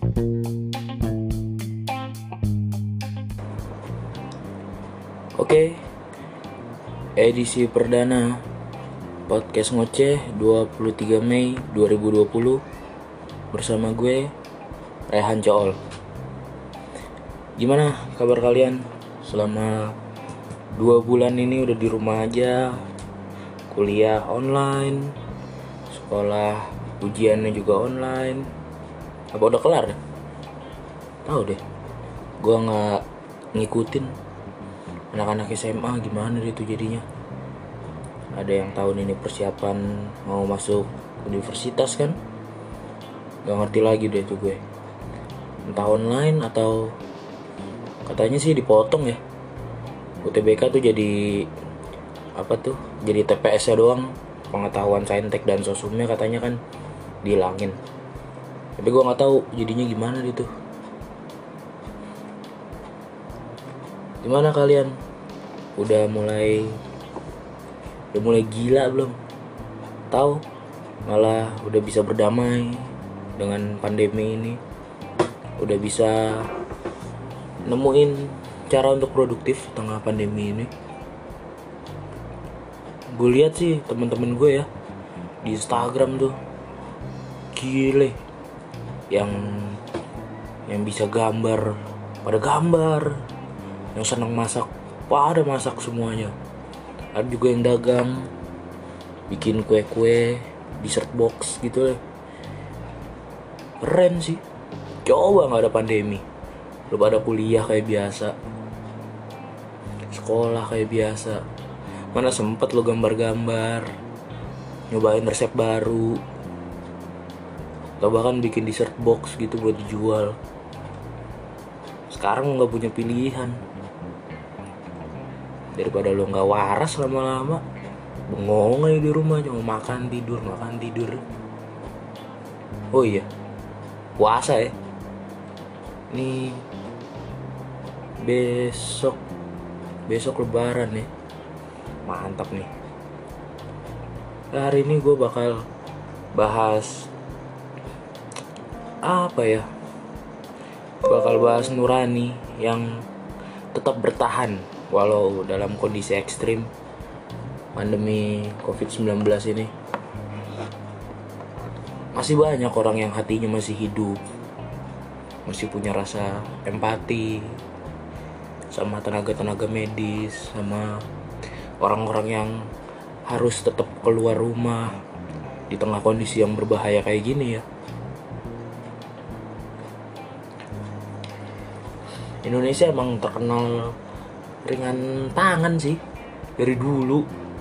Oke, edisi perdana podcast ngoceh 23 Mei 2020 bersama gue, Rehan Cool. Gimana kabar kalian? Selama 2 bulan ini udah di rumah aja, kuliah online, sekolah ujiannya juga online. Apa udah kelar? Tahu deh, gue nggak ngikutin anak-anak SMA gimana itu jadinya. Ada yang tahun ini persiapan mau masuk universitas kan, gak ngerti lagi deh tuh gue, entah online atau katanya sih dipotong ya. UTBK tuh jadi apa tuh, jadi TPS nya doang, pengetahuan saintek dan sosumnya katanya kan dihilangin. Tapi gue nggak tahu jadinya gimana gitu. Gimana kalian? Udah mulai gila belum? Tahu? Malah udah bisa berdamai dengan pandemi ini. Udah bisa nemuin cara untuk produktif tengah pandemi ini. Gue lihat sih teman-teman gue ya di Instagram tuh, gile, yang bisa gambar pada gambar, yang senang masak pada masak semuanya. Ada juga yang dagang, bikin kue-kue, dessert box gitu. Keren sih. Coba gak ada pandemi, lu pada kuliah kayak biasa, sekolah kayak biasa, mana sempet lu gambar-gambar, nyobain resep baru, atau bahkan bikin dessert box gitu buat dijual. Sekarang lu gak punya pilihan. Daripada lu gak waras lama-lama, bengong aja di rumah, cuma makan tidur. Oh iya, puasa ya. Ini besok lebaran ya. Mantap nih. Hari ini gue bakal bahas apa ya? Bakal bahas nurani yang tetap bertahan walau dalam kondisi ekstrim pandemi COVID-19 ini. Masih banyak orang yang hatinya masih hidup, masih punya rasa empati sama tenaga-tenaga medis, sama orang-orang yang harus tetap keluar rumah di tengah kondisi yang berbahaya kayak gini ya. Indonesia emang terkenal ringan tangan sih dari dulu,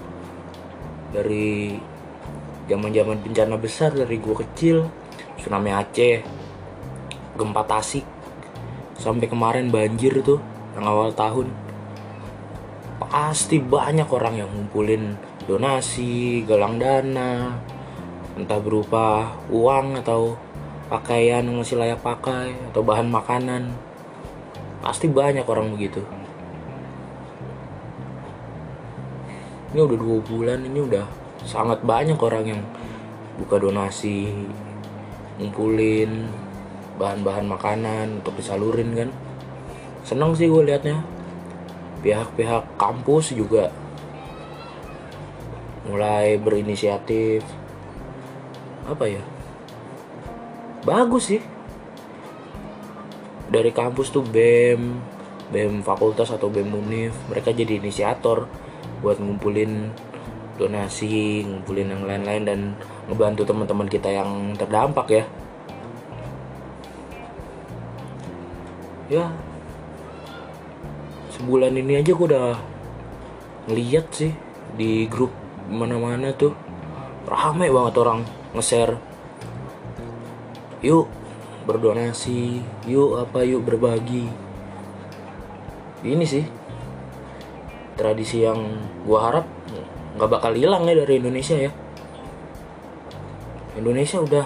dari zaman bencana besar, dari gua kecil, tsunami Aceh, gempa Tasik, sampai kemarin banjir tuh yang awal tahun. Pasti banyak orang yang ngumpulin donasi, galang dana, entah berupa uang atau pakaian yang masih layak pakai, atau bahan makanan. Pasti banyak orang begitu. Ini udah 2 bulan, ini udah sangat banyak orang yang buka donasi, ngumpulin bahan-bahan makanan untuk disalurin kan. Seneng sih gue liatnya. Pihak-pihak kampus juga mulai berinisiatif. Apa ya, bagus sih. Dari kampus tuh BEM fakultas atau BEM Univ, mereka jadi inisiator buat ngumpulin donasi, ngumpulin yang lain-lain, dan ngebantu teman-teman kita yang terdampak ya. Ya, sebulan ini aja gue udah ngeliat sih di grup mana-mana tuh rame banget orang nge-share, yuk berdonasi, yuk berbagi. Ini sih tradisi yang gue harap gak bakal hilang ya dari Indonesia ya. Indonesia udah,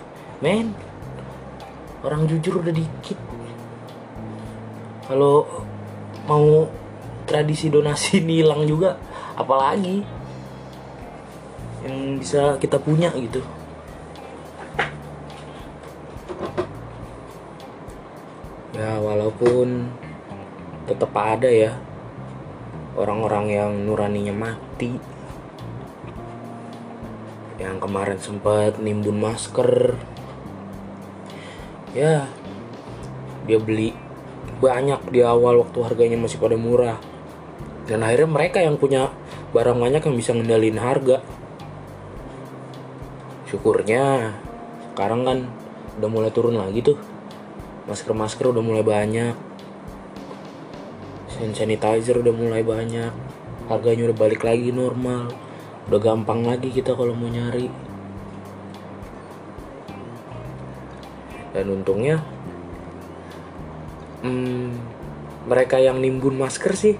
orang jujur udah dikit. Kalau mau tradisi donasi ini hilang juga, apalagi yang bisa kita punya gitu. pun tetap ada ya orang-orang yang nuraninya mati, yang kemarin sempat nimbun masker. Ya, dia beli banyak di awal waktu harganya masih pada murah, dan akhirnya mereka yang punya barang banyak yang bisa ngendalin harga. Syukurnya sekarang kan udah mulai turun lagi tuh, masker-masker udah mulai banyak, hand sanitizer udah mulai banyak, harganya udah balik lagi normal, udah gampang lagi kita kalau mau nyari. Dan untungnya mereka yang nimbun masker sih,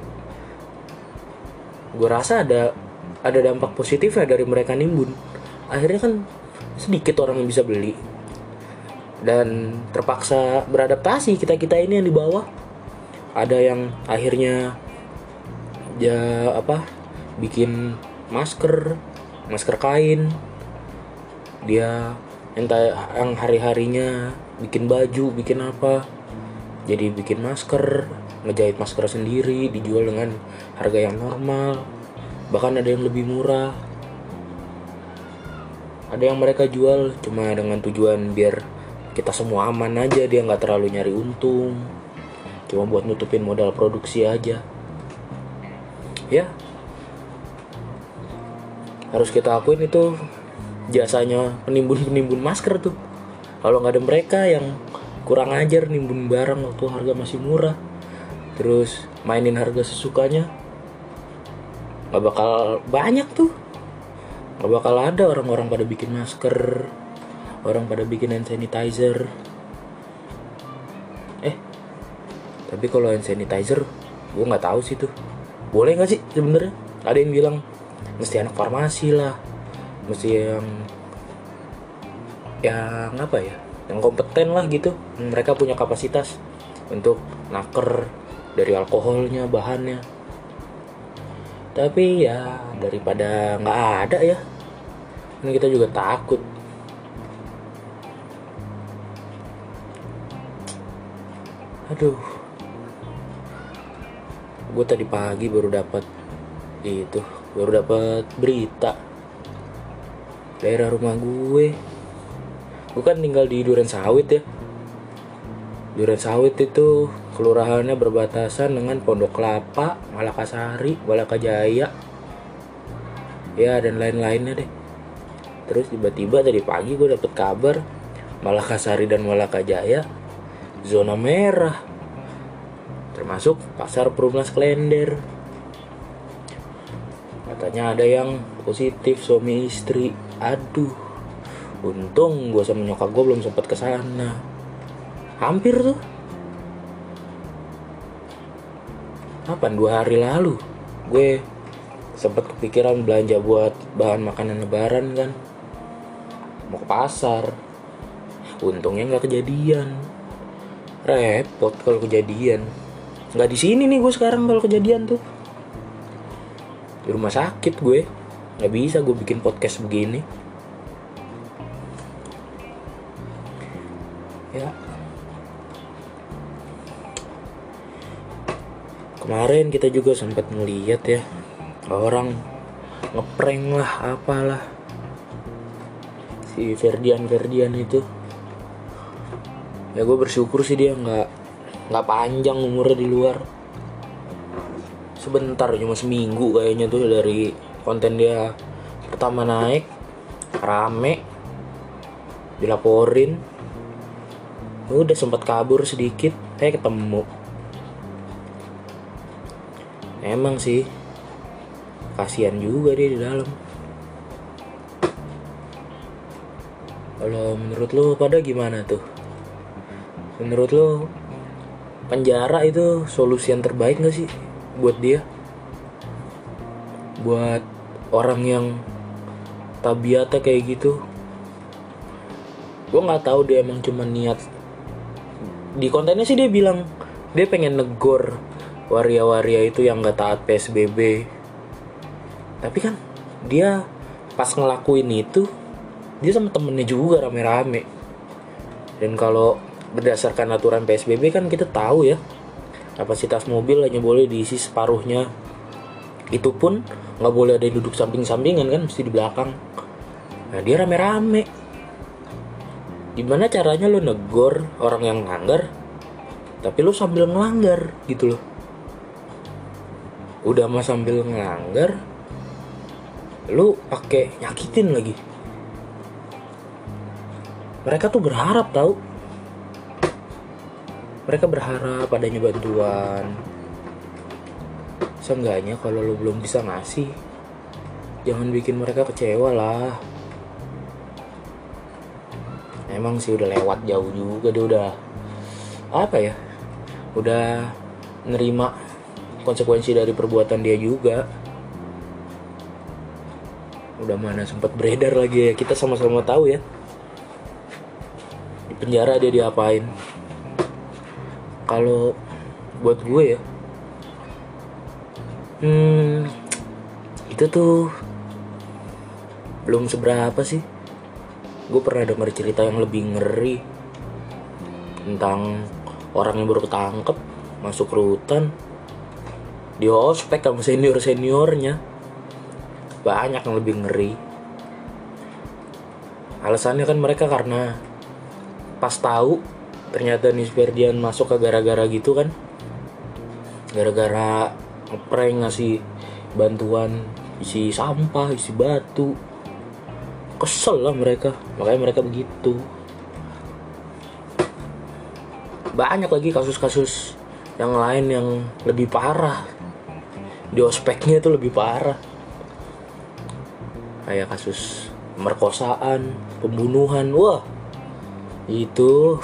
gue rasa ada dampak positif ya dari mereka nimbun. Akhirnya kan sedikit orang yang bisa beli, dan terpaksa beradaptasi kita ini yang di bawah. Ada yang akhirnya bikin masker kain, dia yang hari-harinya bikin baju, bikin apa, jadi bikin masker, ngejahit masker sendiri, dijual dengan harga yang normal, bahkan ada yang lebih murah. Ada yang mereka jual cuma dengan tujuan biar kita semua aman aja, dia nggak terlalu nyari untung, cuma buat nutupin modal produksi aja. Ya, harus kita akuin itu jasanya penimbun masker tuh. Kalau nggak ada mereka yang kurang ajar nimbun barang waktu harga masih murah, terus mainin harga sesukanya, nggak bakal banyak tuh. Nggak bakal ada orang-orang pada bikin masker, orang pada bikin hand sanitizer. Tapi kalau hand sanitizer, gue nggak tahu sih tuh, boleh nggak sih sebenarnya? Ada yang bilang mesti anak farmasi lah, mesti yang apa ya, yang kompeten lah gitu. Mereka punya kapasitas untuk naker dari alkoholnya, bahannya. Tapi ya daripada nggak ada ya, ini kita juga takut. Aduh, gue tadi pagi baru dapat berita daerah rumah gue. Gue kan tinggal di Duren Sawit ya. Duren Sawit itu kelurahannya berbatasan dengan Pondok Kelapa, Malakasari, Balakajaya, ya dan lain-lainnya deh. Terus tiba-tiba tadi pagi gue dapet kabar Malakasari dan Balakajaya zona merah, termasuk pasar Perumnas Klender. Katanya ada yang positif suami istri. Aduh, untung gue sama nyokap gue belum sempat kesana. Hampir tuh. 2 hari lalu gue sempat kepikiran belanja buat bahan makanan lebaran kan, mau ke pasar. Untungnya nggak kejadian. Repot kalau kejadian. Nggak di sini nih gue sekarang kalau kejadian tuh. Di rumah sakit gue. Nggak bisa gue bikin podcast begini. Ya. Kemarin kita juga sempat melihat ya, orang ngeprank lah apalah si Ferdian itu. Ya gue bersyukur sih dia nggak panjang umurnya di luar. Sebentar, cuma seminggu kayaknya tuh dari konten dia pertama naik, rame, dilaporin, udah sempat kabur sedikit, ketemu. Emang sih kasihan juga dia di dalam. Kalau menurut lo pada gimana tuh? Menurut lo penjara itu solusi yang terbaik gak sih buat dia? Buat orang yang tabiatnya kayak gitu. Gue gak tahu dia emang cuma niat. Di kontennya sih dia bilang dia pengen negor waria-waria itu yang gak taat PSBB. Tapi kan dia pas ngelakuin itu, dia sama temennya juga rame-rame. Dan kalau berdasarkan aturan PSBB kan kita tahu ya, kapasitas mobil hanya boleh diisi separuhnya. Itu pun nggak boleh ada yang duduk samping-sampingan kan, mesti di belakang. Nah dia rame-rame. Gimana caranya lo negor orang yang ngelanggar, tapi lo sambil ngelanggar gitu loh. Udah mah sambil ngelanggar, lo pakai nyakitin lagi. Mereka tuh berharap tahu. Mereka berharap adanya bantuan. Seenggaknya kalau lo belum bisa ngasih, jangan bikin mereka kecewa lah. Emang sih udah lewat jauh juga, dia udah apa ya, udah nerima konsekuensi dari perbuatan dia juga. Udah mana sempat beredar lagi ya, kita sama-sama tahu ya, di penjara dia diapain. Kalau buat gue ya, itu tuh belum seberapa sih. Gue pernah dengar cerita yang lebih ngeri tentang orang yang baru ketangkep masuk rutan, di ospek sama senior-seniornya. Banyak yang lebih ngeri. Alasannya kan mereka karena pas tahu ternyata Nis Ferdian masuk ke gara-gara gitu kan, gara-gara ngeprank ngasih bantuan isi sampah, isi batu. Kesel lah mereka, makanya mereka begitu. Banyak lagi kasus-kasus yang lain yang lebih parah. Di ospeknya itu lebih parah. Kayak kasus pemerkosaan, pembunuhan. Wah, itu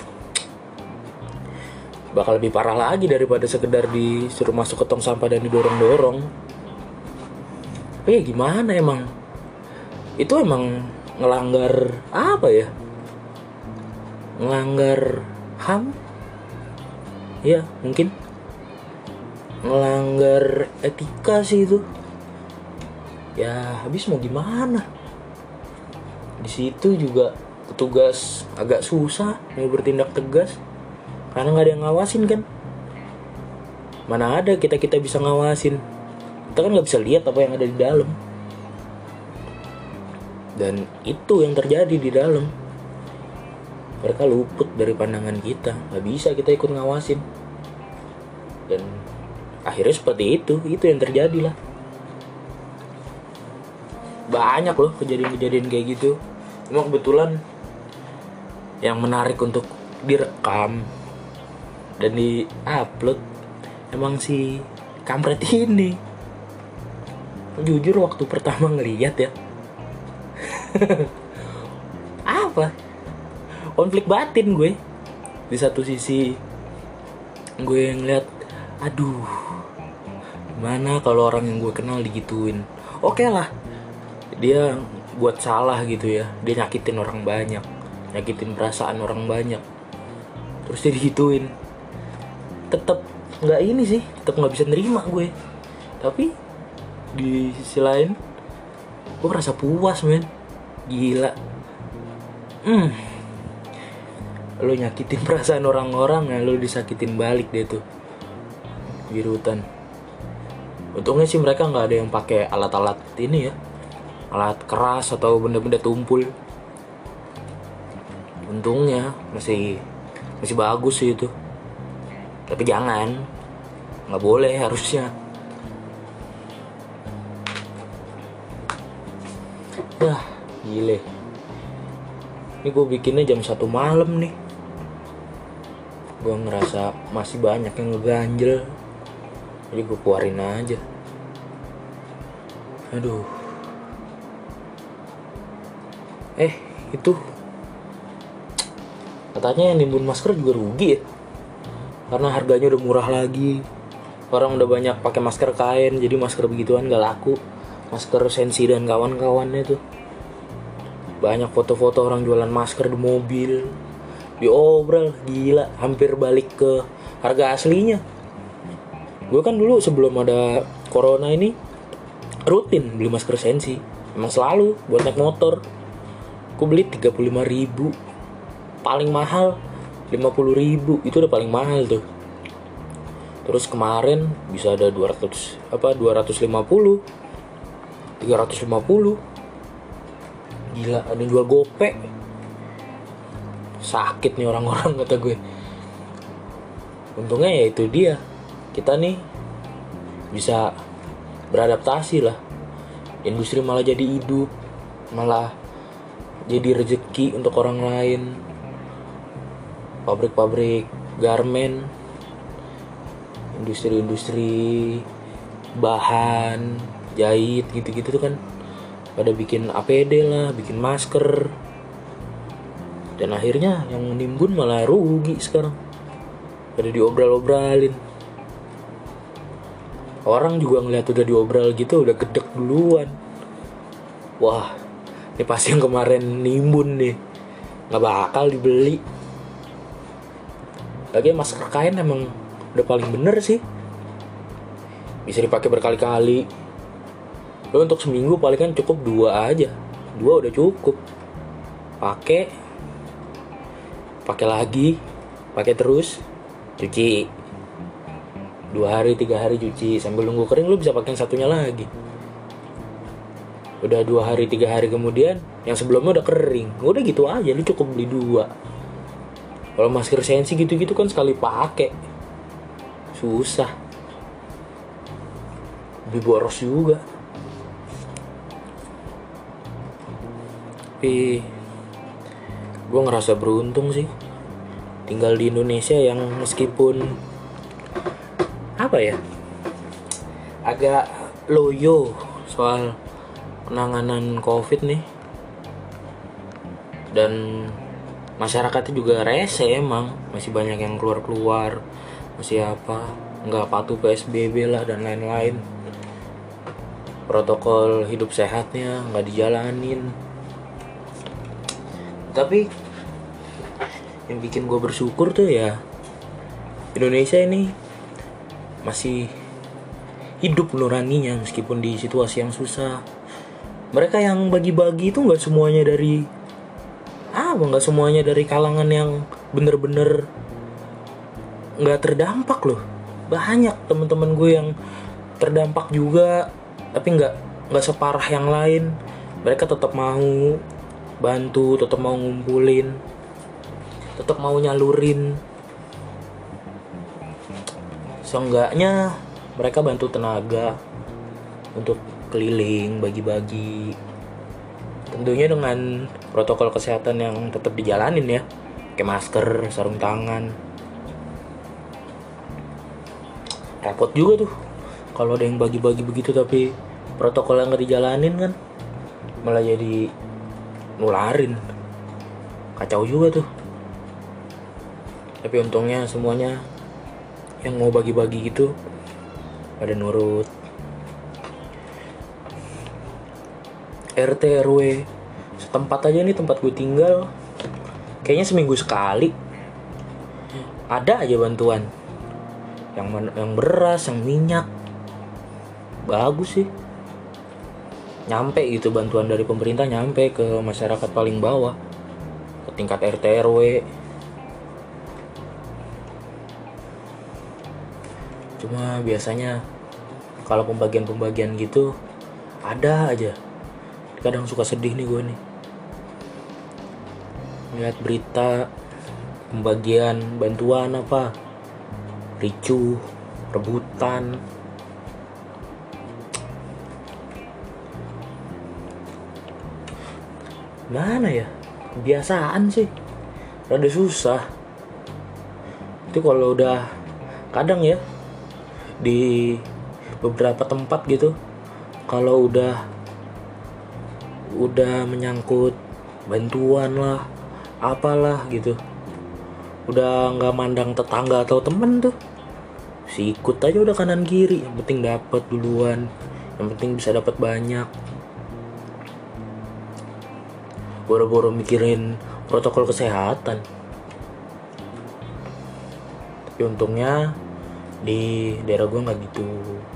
bakal lebih parah lagi daripada sekedar disuruh masuk ke tong sampah dan didorong-dorong. Tapi ya gimana, emang itu emang ngelanggar apa ya, ngelanggar HAM ya, mungkin ngelanggar etika sih itu ya. Habis mau gimana, di situ juga petugas agak susah mau bertindak tegas karena nggak ada yang ngawasin kan. Mana ada kita bisa ngawasin, kita kan nggak bisa lihat apa yang ada di dalam. Dan itu yang terjadi di dalam. Mereka luput dari pandangan kita, nggak bisa kita ikut ngawasin. Dan akhirnya seperti itu yang terjadi lah. Banyak loh kejadian-kejadian kayak gitu. Cuma kebetulan yang menarik untuk direkam dan di-upload emang si kampret ini. Jujur waktu pertama ngeliat ya, apa, konflik batin gue. Di satu sisi gue ngeliat, aduh, gimana kalau orang yang gue kenal digituin. Oke lah, dia buat salah gitu ya, dia nyakitin orang banyak, nyakitin perasaan orang banyak, terus dia digituin. Tetap nggak ini sih, tetap nggak bisa nerima gue. Tapi di sisi lain gue merasa puas, men. Gila. Lo nyakitin perasaan orang-orang, ya lo disakitin balik deh tuh di rutan. Untungnya sih mereka nggak ada yang pakai alat-alat ini ya, alat keras atau benda-benda tumpul. Untungnya masih bagus sih itu. Tapi jangan, nggak boleh harusnya. Yah, gile. Ini gue bikinnya jam 1 malam nih. Gue ngerasa masih banyak yang ngeganjel, jadi gue keluarin aja. Aduh. Itu katanya yang nimbun masker juga rugi ya, karena harganya udah murah lagi. Orang udah banyak pakai masker kain, jadi masker begituan gak laku. Masker Sensi dan kawan-kawannya tuh. Banyak foto-foto orang jualan masker di mobil, diobral, gila, hampir balik ke harga aslinya. Gue kan dulu sebelum ada corona ini rutin beli masker Sensi, emang selalu buat naik motor. Gue beli 35.000, paling mahal 50.000 itu udah paling mahal tuh. Terus kemarin bisa ada 250, 350. Gila, ada yang jual gope. Sakit nih orang-orang kata gue. Untungnya ya itu dia, kita nih bisa beradaptasi lah. Industri malah jadi hidup, malah jadi rezeki untuk orang lain. Pabrik-pabrik garmen, industri-industri bahan jahit gitu-gitu tuh kan pada bikin APD lah, bikin masker. Dan akhirnya yang nimbun malah rugi sekarang. Pada diobral-obralin. Orang juga ngeliat udah diobral gitu udah gedek duluan. Wah, ini pasti yang kemarin nimbun nih, nggak bakal dibeli. Lagi masker kain emang udah paling bener sih, bisa dipakai berkali-kali. Lo untuk seminggu paling kan cukup 2 aja, 2 udah cukup. Pakai lagi, pakai terus, cuci 2 hari 3 hari cuci sambil nunggu kering, lo bisa pakai yang satunya lagi. Udah 2 hari 3 hari kemudian yang sebelumnya udah kering, udah gitu aja, lo cukup beli 2. Kalau masker sensi gitu-gitu kan sekali pakai, susah, lebih boros juga. Tapi gue ngerasa beruntung sih tinggal di Indonesia yang meskipun apa ya, agak loyo soal penanganan COVID nih, dan masyarakatnya juga rese emang, masih banyak yang keluar-keluar, masih nggak patuh PSBB lah dan lain-lain. Protokol hidup sehatnya nggak dijalanin. Tapi yang bikin gue bersyukur tuh ya, Indonesia ini masih hidup nuraninya meskipun di situasi yang susah. Mereka yang bagi-bagi itu nggak semuanya dari kalangan yang bener-bener nggak terdampak loh. Banyak teman-teman gue yang terdampak juga, tapi nggak separah yang lain. Mereka tetap mau bantu, tetap mau ngumpulin, tetap mau nyalurin. Seenggaknya mereka bantu tenaga untuk keliling, bagi-bagi. Tentunya dengan protokol kesehatan yang tetap dijalanin ya, pakai masker, sarung tangan. Repot juga tuh kalau ada yang bagi-bagi begitu tapi protokol yang nggak dijalanin kan, malah jadi nularin. Kacau juga tuh. Tapi untungnya semuanya yang mau bagi-bagi gitu pada nurut. RT RW setempat aja nih, tempat gue tinggal kayaknya seminggu sekali ada aja bantuan, yang beras, yang minyak. Bagus sih, nyampe gitu bantuan dari pemerintah, nyampe ke masyarakat paling bawah, ke tingkat RT RW. Cuma biasanya kalau pembagian gitu ada aja, kadang suka sedih nih gue nih lihat berita pembagian bantuan apa, ricuh, rebutan. Mana ya, kebiasaan sih, rada susah. Itu kalau udah kadang ya di beberapa tempat gitu, kalau udah menyangkut bantuan lah, apalah gitu, udah nggak mandang tetangga atau temen tuh, sikut aja udah kanan kiri, yang penting dapat duluan, yang penting bisa dapat banyak. Boro-boro mikirin protokol kesehatan. Tapi untungnya di daerah gue nggak gitu.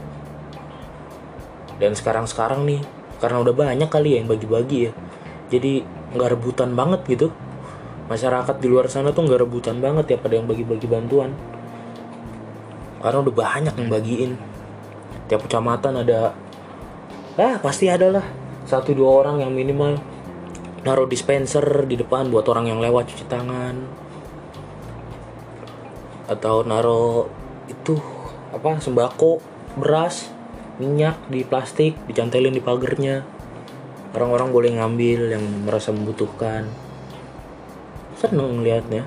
Dan sekarang nih, karena udah banyak kali ya yang bagi-bagi ya, jadi nggak rebutan banget gitu. masyarakat di luar sana tuh nggak rebutan banget ya pada yang bagi-bagi bantuan, karena udah banyak yang bagiin. Tiap kecamatan ada, pasti ada lah 1-2 orang yang minimal naruh dispenser di depan buat orang yang lewat cuci tangan, atau naruh itu sembako, beras, minyak di plastik dicantelin di pagernya. Orang-orang boleh ngambil yang merasa membutuhkan. Seneng ngeliatnya.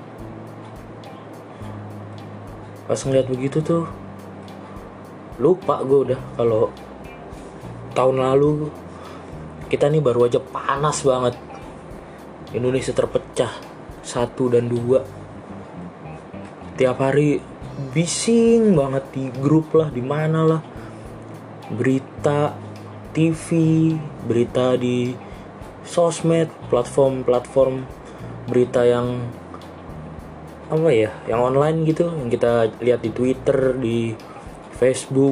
Pas ngeliat begitu tuh lupa gue udah kalau tahun lalu kita nih baru aja panas banget. Indonesia terpecah 1 dan 2. Tiap hari bising banget di grup lah, di mana lah, berita TV, berita di sosmed, platform berita yang yang online gitu, yang kita lihat di Twitter, di Facebook.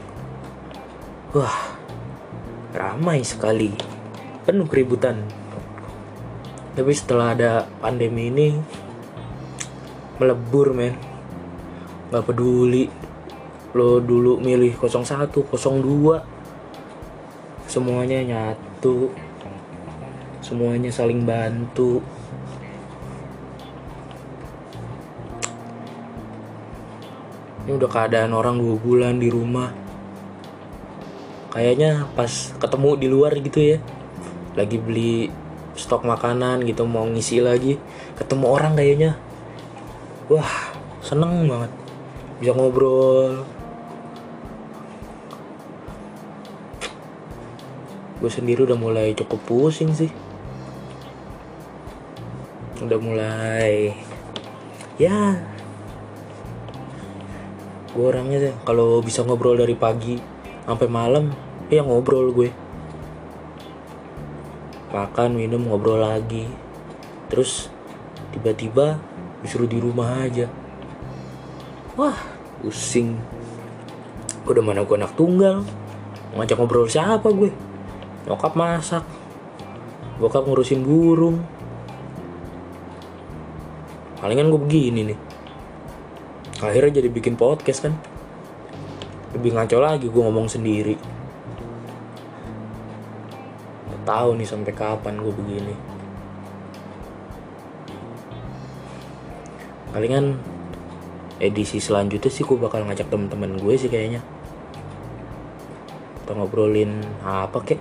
Wah, ramai sekali, penuh keributan. Tapi setelah ada pandemi ini melebur men. Gak peduli lo dulu milih 01, 02, semuanya nyatu, semuanya saling bantu. Ini udah keadaan orang 2 bulan di rumah. Kayaknya pas ketemu di luar gitu ya, lagi beli stok makanan gitu, mau ngisi lagi, ketemu orang kayaknya, wah seneng banget, bisa ngobrol. Gue sendiri udah mulai cukup pusing sih, udah mulai ya. Gue orangnya sih kalau bisa ngobrol dari pagi sampai malam ya ngobrol gue. Makan, minum, ngobrol lagi. Terus tiba-tiba disuruh di rumah aja. Wah, pusing. Udah mana gue anak tunggal, ngajak ngobrol siapa gue? Nyokap masak, bokap ngurusin burung. Palingan gue begini nih. Akhirnya jadi bikin podcast kan. Lebih ngaco lagi gue ngomong sendiri. Gak tahu nih sampai kapan gue begini. Palingan edisi selanjutnya sih gue bakal ngajak temen-temen gue sih kayaknya. Kita ngobrolin apa kek,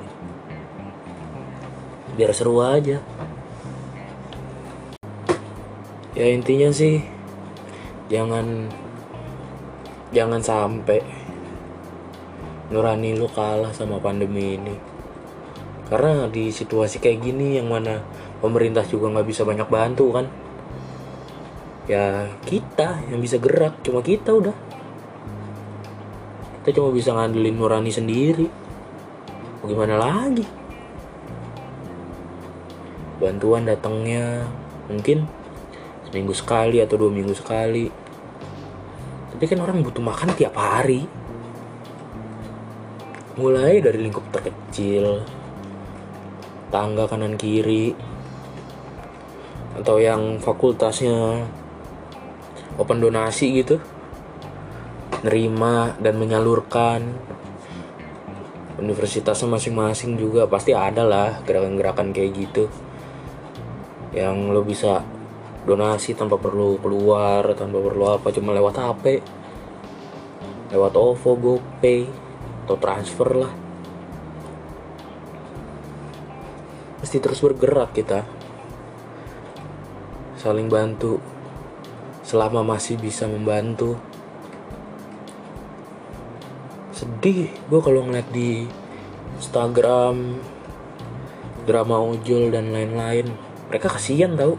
biar seru aja. Ya intinya sih jangan sampai nurani lu kalah sama pandemi ini. Karena di situasi kayak gini yang mana pemerintah juga gak bisa banyak bantu kan, ya kita yang bisa gerak, cuma kita udah. Kita cuma bisa ngandelin nurani sendiri. Bagaimana lagi? Bantuan datangnya mungkin seminggu sekali atau 2 minggu sekali. Tapi kan orang butuh makan tiap hari. Mulai dari lingkup terkecil, tangga kanan kiri, atau yang fakultasnya open donasi gitu, nerima dan menyalurkan. Universitasnya masing-masing juga pasti ada lah gerakan-gerakan kayak gitu, yang lo bisa donasi tanpa perlu keluar, tanpa perlu apa, cuma lewat HP, lewat OVO, GoPay, atau transfer lah. Mesti terus bergerak kita, saling bantu selama masih bisa membantu. Sedih gue kalau ngeliat di Instagram drama ojol dan lain-lain. Mereka kasihan tau.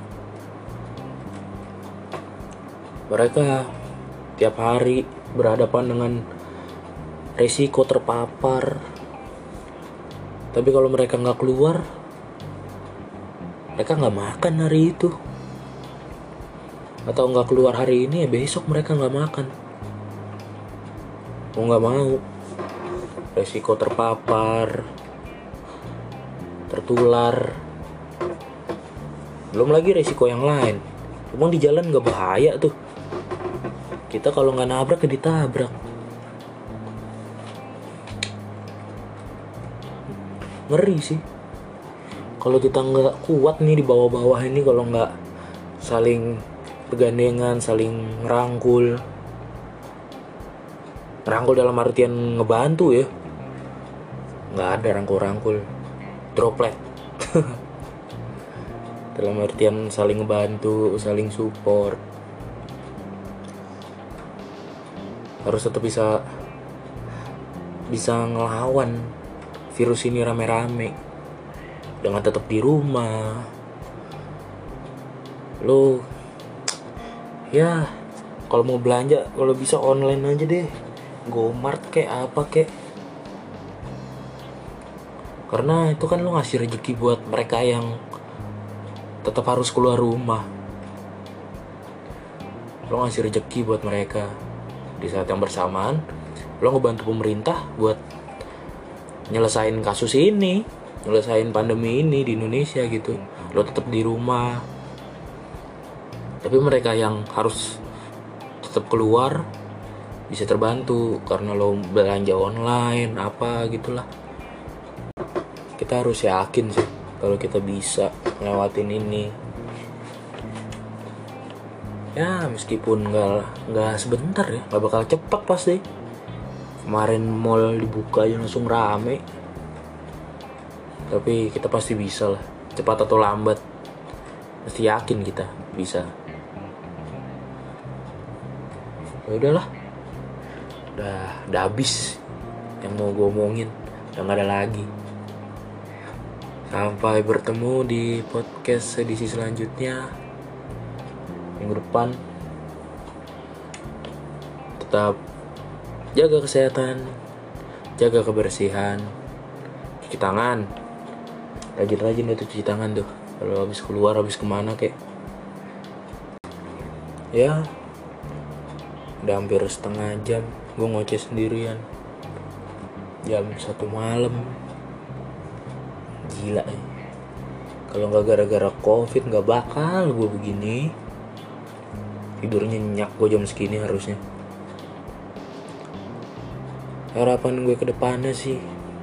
Mereka tiap hari berhadapan dengan resiko terpapar. Tapi kalau mereka gak keluar, mereka gak makan hari itu. Atau gak keluar hari ini, ya besok mereka gak makan. Mau gak mau, resiko terpapar, tertular, Belum lagi resiko yang lain. Emang di jalan nggak bahaya tuh? Kita kalau nggak nabrak ya ditabrak. Ngeri sih. Kalau kita nggak kuat nih di bawah-bawah ini, kalau nggak saling bergandengan, saling ngerangkul dalam artian ngebantu ya. Nggak ada rangkul-rangkul, droplet. Dalam artian saling ngebantu, saling support. Harus tetap bisa ngelawan virus ini rame-rame dengan tetap di rumah. Lo ya kalau mau belanja, kalau bisa online aja deh, GoMart kek apa kek. Karena itu kan lo ngasih rezeki buat mereka yang tetap harus keluar rumah. Lo ngasih rezeki buat mereka. Di saat yang bersamaan lo ngebantu pemerintah buat nyelesain kasus ini, nyelesain pandemi ini di Indonesia gitu. Lo tetap di rumah, tapi mereka yang harus tetap keluar bisa terbantu karena lo belanja online apa gitulah. Kita harus yakin sih kalau kita bisa ngelewatin ini. Ya meskipun nggak sebentar ya, nggak bakal cepet pasti. Kemarin mall dibuka aja langsung rame. Tapi kita pasti bisa lah, cepat atau lambat. Pasti yakin kita bisa. Ya udahlah, udah habis yang mau gue omongin, udah nggak ada lagi. Sampai bertemu di podcast edisi selanjutnya minggu depan. Tetap jaga kesehatan, jaga kebersihan, cuci tangan, rajin-rajin itu cuci tangan tuh kalau habis keluar, habis kemana kek. Ya udah hampir setengah jam gue ngoceh sendirian, jam 1 malam. Gila ya. Kalau nggak gara-gara covid nggak bakal gue begini. Tidurnya nyenyak gue jam segini harusnya. Harapan gue ke depannya sih,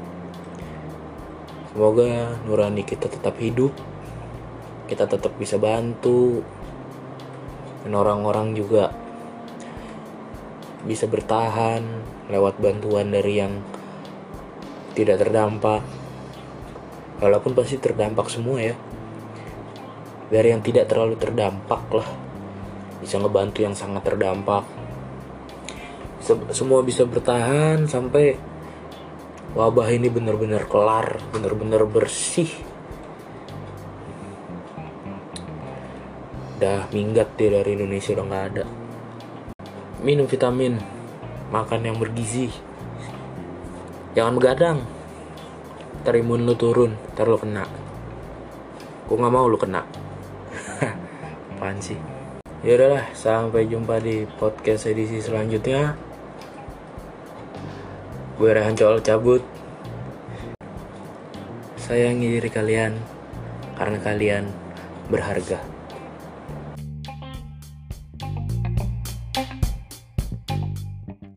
semoga nurani kita tetap hidup, kita tetap bisa bantu, dan orang-orang juga bisa bertahan lewat bantuan dari yang tidak terdampak. Walaupun pasti terdampak semua ya, dari yang tidak terlalu terdampak lah bisa ngebantu yang sangat terdampak. Semua bisa bertahan sampai wabah ini benar-benar kelar, benar-benar bersih. Udah minggat deh dari Indonesia, udah gak ada. Minum vitamin, makan yang bergizi, jangan begadang, ntar imun lu turun, ntar lu kena. Gue gak mau lu kena. Apaan sih? Ya udahlah, sampai jumpa di podcast edisi selanjutnya. Gue Rehan Col cabut. Sayangi diri kalian karena kalian berharga.